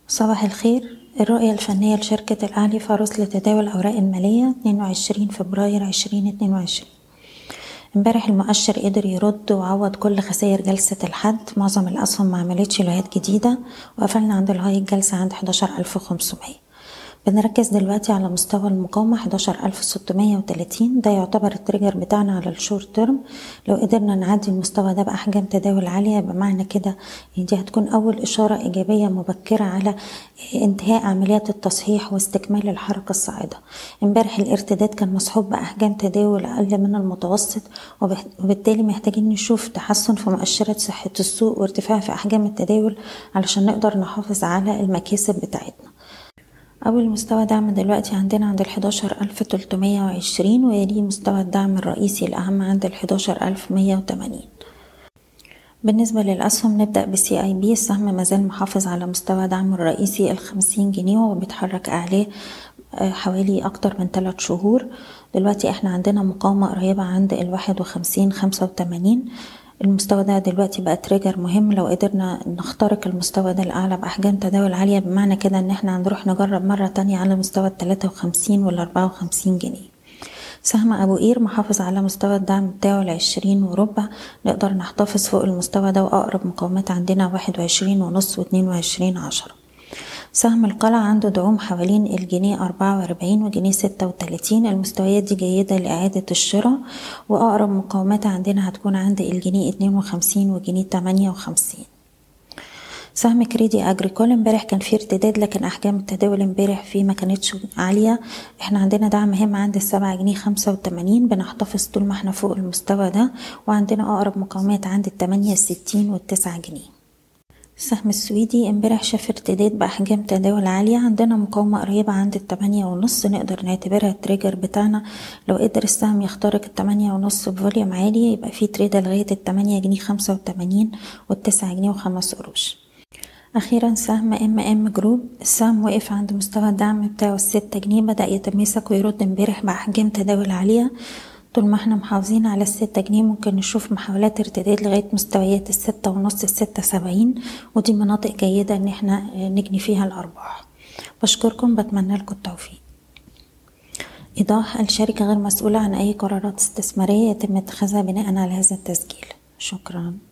صباح الخير. الرؤية الفنية لشركة الأهلي فارس لتداول الأوراق المالية 22 فبراير 2022. امبارح المؤشر قدر يرد وعوض كل خسائر جلسة الحد. معظم الأسهم ما عملتش لوهات جديدة، وقفلنا عند الهاي الجلسة عند 11500. بنركز دلوقتي على مستوى المقاومة 11630. ده يعتبر التريجر بتاعنا على الشورت تيرم. لو قدرنا نعدي المستوى ده بأحجام تداول عالية، بمعنى كده دي هتكون أول إشارة إيجابية مبكرة على انتهاء عمليات التصحيح واستكمال الحركة الصاعدة. امبارح الارتداد كان مصحوب بأحجام تداول أقل من المتوسط، وبالتالي محتاجين نشوف تحسن في مؤشرات صحة السوق وارتفاع في أحجام التداول علشان نقدر نحافظ على المكاسب بتاعتنا. أول مستوى دعم دلوقتي عندنا عند 11320، ويليه مستوى الدعم الرئيسي الأهم عند 11180. بالنسبة للأسهم نبدأ بسي اي بي. السهم مازال محافظ على مستوى دعم الرئيسي 50 جنيه، وبيتحرك أعلاه حوالي أكتر من 3 شهور. دلوقتي احنا عندنا مقاومة قريبة عند 51.85. المستوى ده دلوقتي بقى تريجر مهم. لو قدرنا نخترق المستوى ده الأعلى بأحجام تداول عالية، بمعنى كده ان احنا هنروح نجرب مرة تانية على مستوى 53 ولا 54 جنيه. سهم أبو قير محافظ على مستوى الدعم بتاعه 20 وربع. نقدر نحتفظ فوق المستوى ده، وأقرب مقاومات عندنا 21.5 و22.10. سهم القلعة عنده دعوم حوالين الجنيه 44 وجنيه 36. المستويات دي جيدة لإعادة الشراء، وأقرب مقاومات عندنا هتكون عند الجنيه 52 وجنيه 58. سهم كريدي اجريكول امبارح كان فيه ارتداد، لكن احجام التداول امبارح فيه ما كانتش عاليه. احنا عندنا دعم مهم عند 7 جنيه 85. بنحتفظ طول ما احنا فوق المستوى ده، وعندنا اقرب مقاومات عند 68 و9 جنيه. السهم السويدي امبارح شاف ارتداد باحجام تداول عاليه. عندنا مقاومه قريبه عند 8.5، نقدر نعتبرها التريجر بتاعنا. لو قدر السهم يخترق 8.5 بفوليوم عالي، يبقى فيه تريده لغايه 8 جنيه 85 و9 جنيه و5 قروش. أخيرا سهم ام جروب. السهم وقف عند مستوى الدعم بتاعه 6 جنيه. بدأ يتماسك ويرد امبارح بأحجام تداول عالية. طول ما احنا محافظين على 6 جنيه، ممكن نشوف محاولات ارتداد لغاية مستويات 6.5 6.70، ودي مناطق جيدة ان احنا نجني فيها الأرباح. بشكركم، بتمنى لكم التوفيق. إيضاح: الشركة غير مسؤولة عن أي قرارات استثمارية يتم اتخاذها بناء على هذا التسجيل. شكرا.